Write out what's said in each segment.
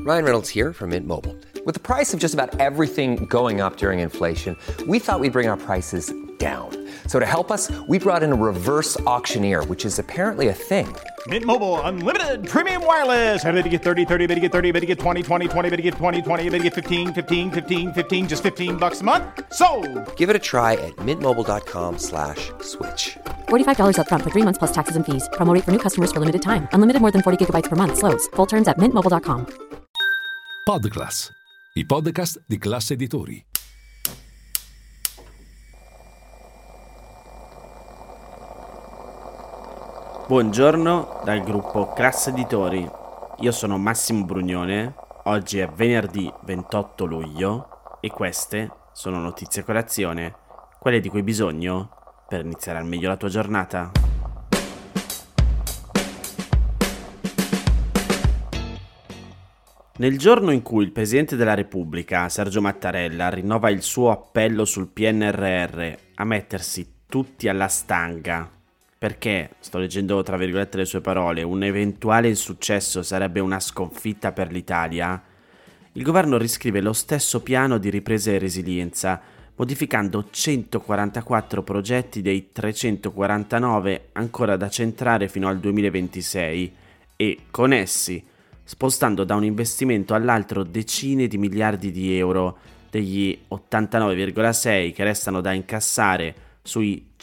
Ryan Reynolds here from Mint Mobile. With the price of just about everything going up during inflation, we thought we'd bring our prices down. So to help us, we brought in a reverse auctioneer, which is apparently a thing. Mint Mobile Unlimited Premium Wireless. How to get 30, 30, bit to get 30, bit to get 20, 20, 20, bit to get 20, 20, bit to get 15, 15, 15, 15, just $15 a month? Sold! Give it a try at mintmobile.com/switch. $45 up front for 3 months plus taxes and fees. Promo rate for new customers for limited time. Unlimited more than 40 gigabytes per month. Slows full terms at mintmobile.com. Podclass, i podcast di Classe Editori. Buongiorno dal gruppo Classe Editori. Io sono Massimo Brugnone. Oggi è venerdì 28 luglio e queste sono notizie a colazione, quelle di cui hai bisogno per iniziare al meglio la tua giornata. Nel giorno in cui il Presidente della Repubblica, Sergio Mattarella, rinnova il suo appello sul PNRR a mettersi tutti alla stanga, perché, sto leggendo tra virgolette le sue parole, un eventuale insuccesso sarebbe una sconfitta per l'Italia, il governo riscrive lo stesso piano di ripresa e resilienza, modificando 144 progetti dei 349 ancora da centrare fino al 2026 e, con essi, spostando da un investimento all'altro decine di miliardi di euro degli 89,6 che restano da incassare sui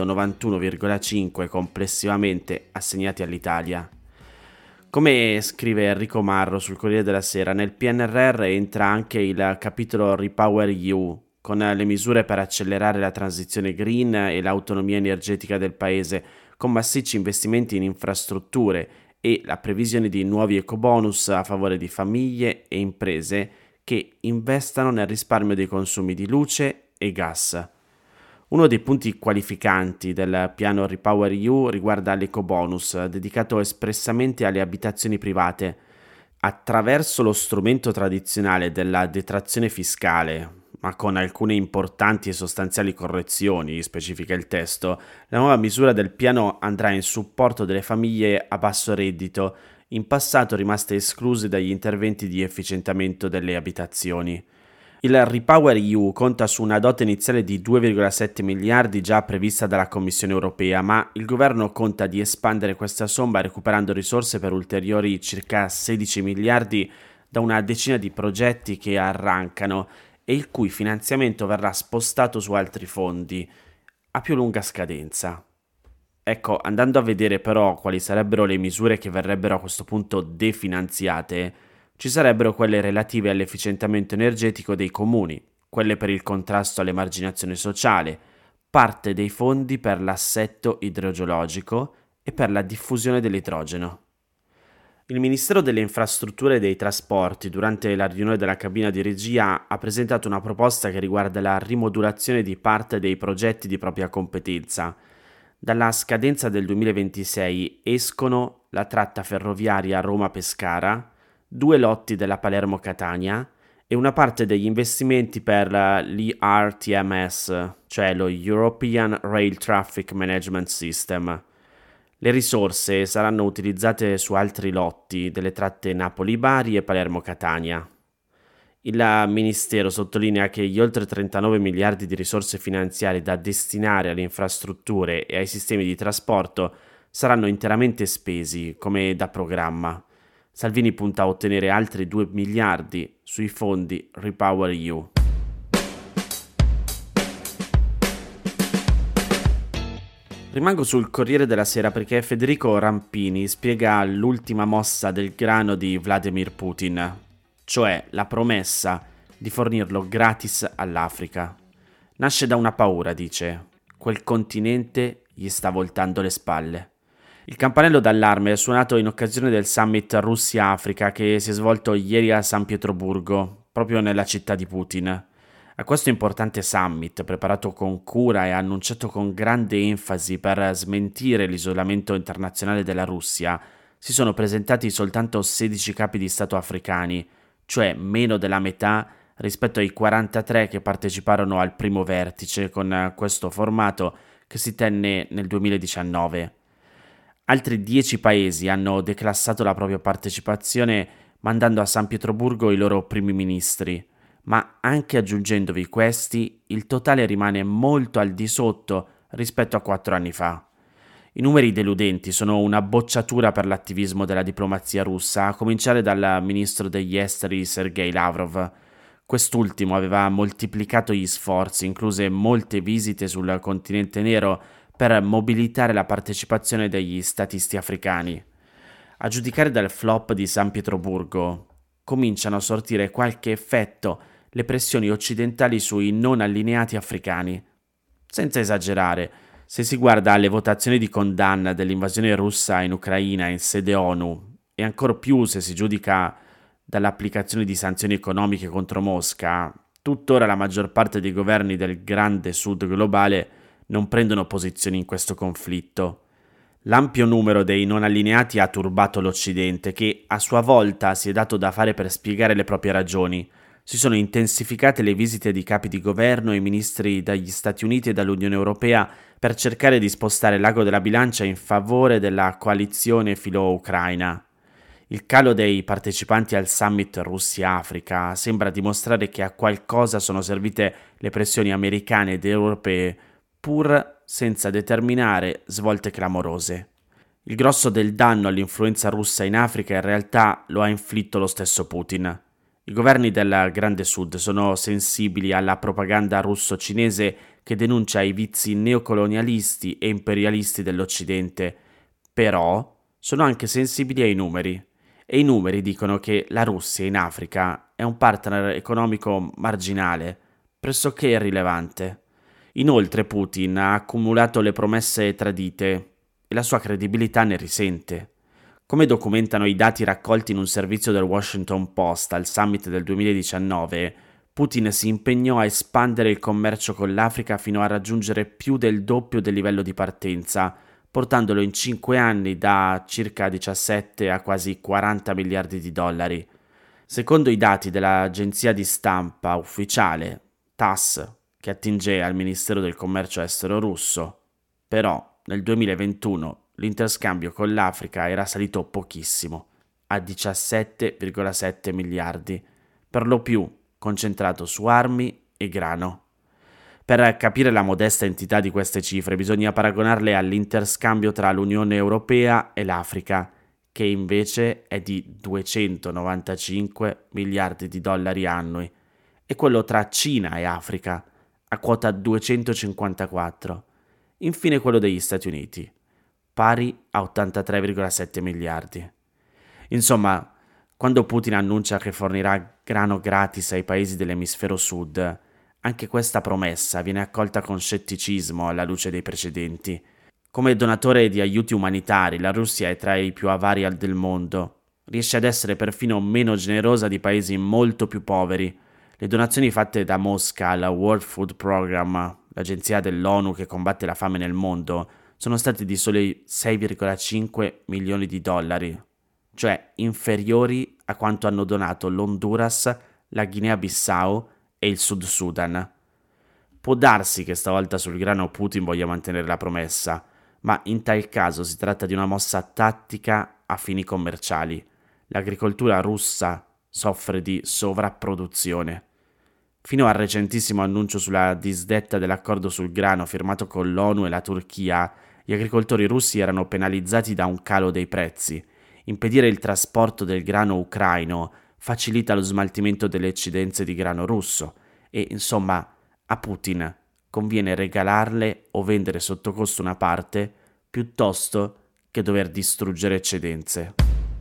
191,5 complessivamente assegnati all'Italia. Come scrive Enrico Marro sul Corriere della Sera, nel PNRR entra anche il capitolo Repower EU, con le misure per accelerare la transizione green e l'autonomia energetica del paese, con massicci investimenti in infrastrutture e la previsione di nuovi ecobonus a favore di famiglie e imprese che investano nel risparmio dei consumi di luce e gas. Uno dei punti qualificanti del piano Repower EU riguarda l'ecobonus, dedicato espressamente alle abitazioni private. Attraverso lo strumento tradizionale della detrazione fiscale, ma con alcune importanti e sostanziali correzioni, specifica il testo, la nuova misura del piano andrà in supporto delle famiglie a basso reddito, in passato rimaste escluse dagli interventi di efficientamento delle abitazioni. Il Repower EU conta su una dote iniziale di 2,7 miliardi già prevista dalla Commissione europea, ma il governo conta di espandere questa somma recuperando risorse per ulteriori circa 16 miliardi da una decina di progetti che arrancano e il cui finanziamento verrà spostato su altri fondi a più lunga scadenza. Ecco, andando a vedere però quali sarebbero le misure che verrebbero a questo punto definanziate, ci sarebbero quelle relative all'efficientamento energetico dei comuni, quelle per il contrasto all'emarginazione sociale, parte dei fondi per l'assetto idrogeologico e per la diffusione dell'idrogeno. Il Ministero delle Infrastrutture e dei Trasporti, durante la riunione della cabina di regia, ha presentato una proposta che riguarda la rimodulazione di parte dei progetti di propria competenza. Dalla scadenza del 2026 escono la tratta ferroviaria Roma-Pescara, 2 lotti della Palermo-Catania e una parte degli investimenti per l'ERTMS, cioè lo European Rail Traffic Management System. Le risorse saranno utilizzate su altri lotti delle tratte Napoli-Bari e Palermo-Catania. Il Ministero sottolinea che gli oltre 39 miliardi di risorse finanziarie da destinare alle infrastrutture e ai sistemi di trasporto saranno interamente spesi, come da programma. Salvini punta a ottenere altri 2 miliardi sui fondi Repower EU. Rimango sul Corriere della Sera perché Federico Rampini spiega l'ultima mossa del grano di Vladimir Putin, cioè la promessa di fornirlo gratis all'Africa. Nasce da una paura, dice. Quel continente gli sta voltando le spalle. Il campanello d'allarme è suonato in occasione del summit Russia-Africa che si è svolto ieri a San Pietroburgo, proprio nella città di Putin. A questo importante summit, preparato con cura e annunciato con grande enfasi per smentire l'isolamento internazionale della Russia, si sono presentati soltanto 16 capi di Stato africani, cioè meno della metà rispetto ai 43 che parteciparono al primo vertice con questo formato che si tenne nel 2019. Altri 10 paesi hanno declassato la propria partecipazione mandando a San Pietroburgo i loro primi ministri, ma anche aggiungendovi questi, il totale rimane molto al di sotto rispetto a 4 anni fa. I numeri deludenti sono una bocciatura per l'attivismo della diplomazia russa, a cominciare dal ministro degli esteri Sergei Lavrov. Quest'ultimo aveva moltiplicato gli sforzi, incluse molte visite sul continente nero, per mobilitare la partecipazione degli statisti africani. A giudicare dal flop di San Pietroburgo, cominciano a sortire qualche effetto le pressioni occidentali sui non allineati africani. Senza esagerare, se si guarda alle votazioni di condanna dell'invasione russa in Ucraina in sede ONU, e ancor più se si giudica dall'applicazione di sanzioni economiche contro Mosca, tuttora la maggior parte dei governi del grande sud globale non prendono posizioni in questo conflitto. L'ampio numero dei non allineati ha turbato l'Occidente, che a sua volta si è dato da fare per spiegare le proprie ragioni. Si sono intensificate le visite di capi di governo e ministri dagli Stati Uniti e dall'Unione Europea per cercare di spostare l'ago della bilancia in favore della coalizione filo-ucraina. Il calo dei partecipanti al summit Russia-Africa sembra dimostrare che a qualcosa sono servite le pressioni americane ed europee, pur senza determinare svolte clamorose. Il grosso del danno all'influenza russa in Africa in realtà lo ha inflitto lo stesso Putin. I governi del Grande Sud sono sensibili alla propaganda russo-cinese che denuncia i vizi neocolonialisti e imperialisti dell'Occidente, però sono anche sensibili ai numeri, e i numeri dicono che la Russia in Africa è un partner economico marginale, pressoché irrilevante. Inoltre Putin ha accumulato le promesse tradite e la sua credibilità ne risente. Come documentano i dati raccolti in un servizio del Washington Post al summit del 2019, Putin si impegnò a espandere il commercio con l'Africa fino a raggiungere più del doppio del livello di partenza, portandolo in 5 anni da circa 17 a quasi 40 miliardi di dollari. Secondo i dati dell'agenzia di stampa ufficiale, TASS, che attinge al Ministero del Commercio Estero russo, però nel 2021 l'interscambio con l'Africa era salito pochissimo, a 17,7 miliardi, per lo più concentrato su armi e grano. Per capire la modesta entità di queste cifre bisogna paragonarle all'interscambio tra l'Unione Europea e l'Africa, che invece è di 295 miliardi di dollari annui, e quello tra Cina e Africa, a quota 254. Infine quello degli Stati Uniti, pari a 83,7 miliardi. Insomma, quando Putin annuncia che fornirà grano gratis ai paesi dell'emisfero sud, anche questa promessa viene accolta con scetticismo alla luce dei precedenti. Come donatore di aiuti umanitari, la Russia è tra i più avari del mondo. Riesce ad essere perfino meno generosa di paesi molto più poveri. Le donazioni fatte da Mosca alla World Food Program, l'agenzia dell'ONU che combatte la fame nel mondo, sono stati di soli 6,5 milioni di dollari, cioè inferiori a quanto hanno donato l'Honduras, la Guinea-Bissau e il Sud Sudan. Può darsi che stavolta sul grano Putin voglia mantenere la promessa, ma in tal caso si tratta di una mossa tattica a fini commerciali. L'agricoltura russa soffre di sovrapproduzione. Fino al recentissimo annuncio sulla disdetta dell'accordo sul grano firmato con l'ONU e la Turchia, gli agricoltori russi erano penalizzati da un calo dei prezzi. Impedire il trasporto del grano ucraino facilita lo smaltimento delle eccedenze di grano russo e, insomma, a Putin conviene regalarle o vendere sotto costo una parte piuttosto che dover distruggere eccedenze.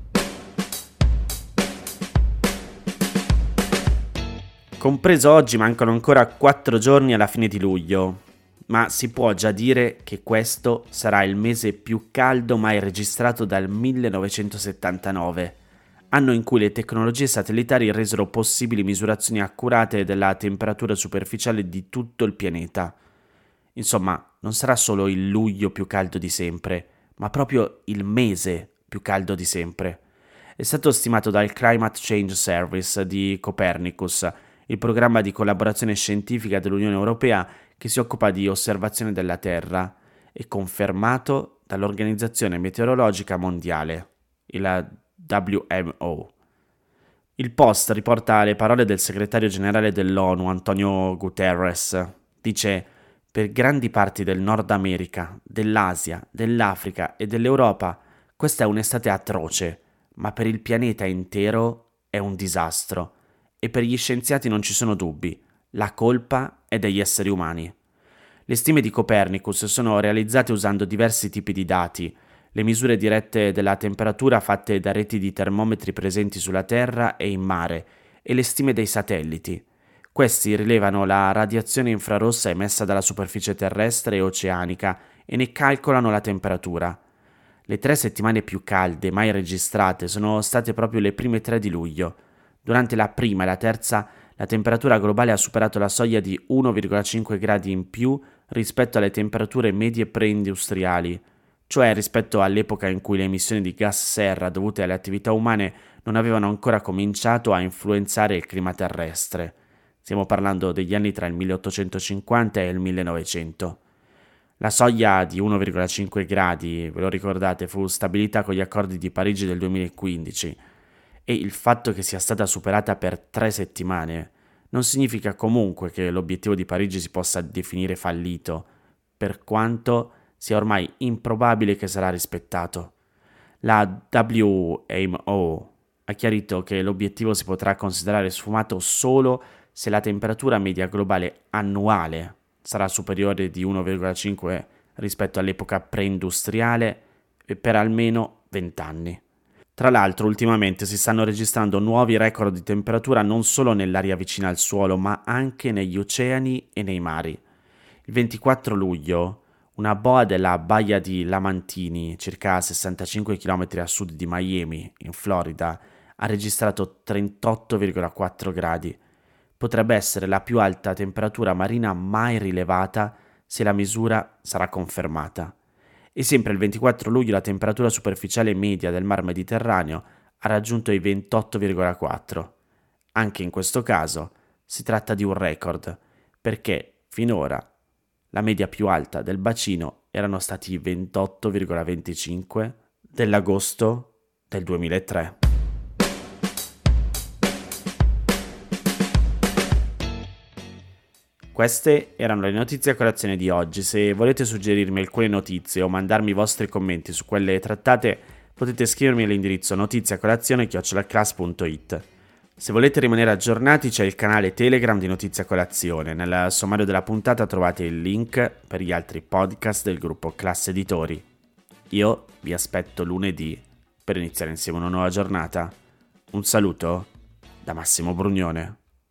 Compreso oggi, mancano ancora 4 giorni alla fine di luglio, ma si può già dire che questo sarà il mese più caldo mai registrato dal 1979, anno in cui le tecnologie satellitari resero possibili misurazioni accurate della temperatura superficiale di tutto il pianeta. Insomma, non sarà solo il luglio più caldo di sempre, ma proprio il mese più caldo di sempre. È stato stimato dal Climate Change Service di Copernicus, il programma di collaborazione scientifica dell'Unione Europea che si occupa di osservazione della Terra, e confermato dall'Organizzazione Meteorologica Mondiale, la WMO. Il Post riporta le parole del segretario generale dell'ONU, Antonio Guterres. Dice: per grandi parti del Nord America, dell'Asia, dell'Africa e dell'Europa questa è un'estate atroce, ma per il pianeta intero è un disastro. E per gli scienziati non ci sono dubbi, la colpa è degli esseri umani. Le stime di Copernicus sono realizzate usando diversi tipi di dati, le misure dirette della temperatura fatte da reti di termometri presenti sulla Terra e in mare, e le stime dei satelliti. Questi rilevano la radiazione infrarossa emessa dalla superficie terrestre e oceanica e ne calcolano la temperatura. Le 3 settimane più calde mai registrate sono state proprio le prime 3 di luglio. Durante la prima e la terza, la temperatura globale ha superato la soglia di 1,5 gradi in più rispetto alle temperature medie preindustriali, cioè rispetto all'epoca in cui le emissioni di gas serra dovute alle attività umane non avevano ancora cominciato a influenzare il clima terrestre. Stiamo parlando degli anni tra il 1850 e il 1900. La soglia di 1,5 gradi, ve lo ricordate, fu stabilita con gli accordi di Parigi del 2015 e il fatto che sia stata superata per 3 settimane non significa comunque che l'obiettivo di Parigi si possa definire fallito, per quanto sia ormai improbabile che sarà rispettato. La WMO ha chiarito che l'obiettivo si potrà considerare sfumato solo se la temperatura media globale annuale sarà superiore di 1,5 rispetto all'epoca preindustriale e per almeno 20 anni. Tra l'altro, ultimamente si stanno registrando nuovi record di temperatura non solo nell'aria vicina al suolo, ma anche negli oceani e nei mari. Il 24 luglio, una boa della baia di Lamantini, circa 65 km a sud di Miami, in Florida, ha registrato 38,4 gradi. Potrebbe essere la più alta temperatura marina mai rilevata se la misura sarà confermata. E sempre il 24 luglio la temperatura superficiale media del mar Mediterraneo ha raggiunto i 28,4. Anche in questo caso si tratta di un record, perché finora la media più alta del bacino erano stati i 28,25 dell'agosto del 2003. Queste erano le notizie a colazione di oggi. Se volete suggerirmi alcune notizie o mandarmi i vostri commenti su quelle trattate, potete scrivermi all'indirizzo notiziacolazione@class.it. Se volete rimanere aggiornati c'è il canale Telegram di Notizia Colazione. Nel sommario della puntata trovate il link per gli altri podcast del gruppo Class Editori. Io vi aspetto lunedì per iniziare insieme una nuova giornata. Un saluto da Massimo Brugnone.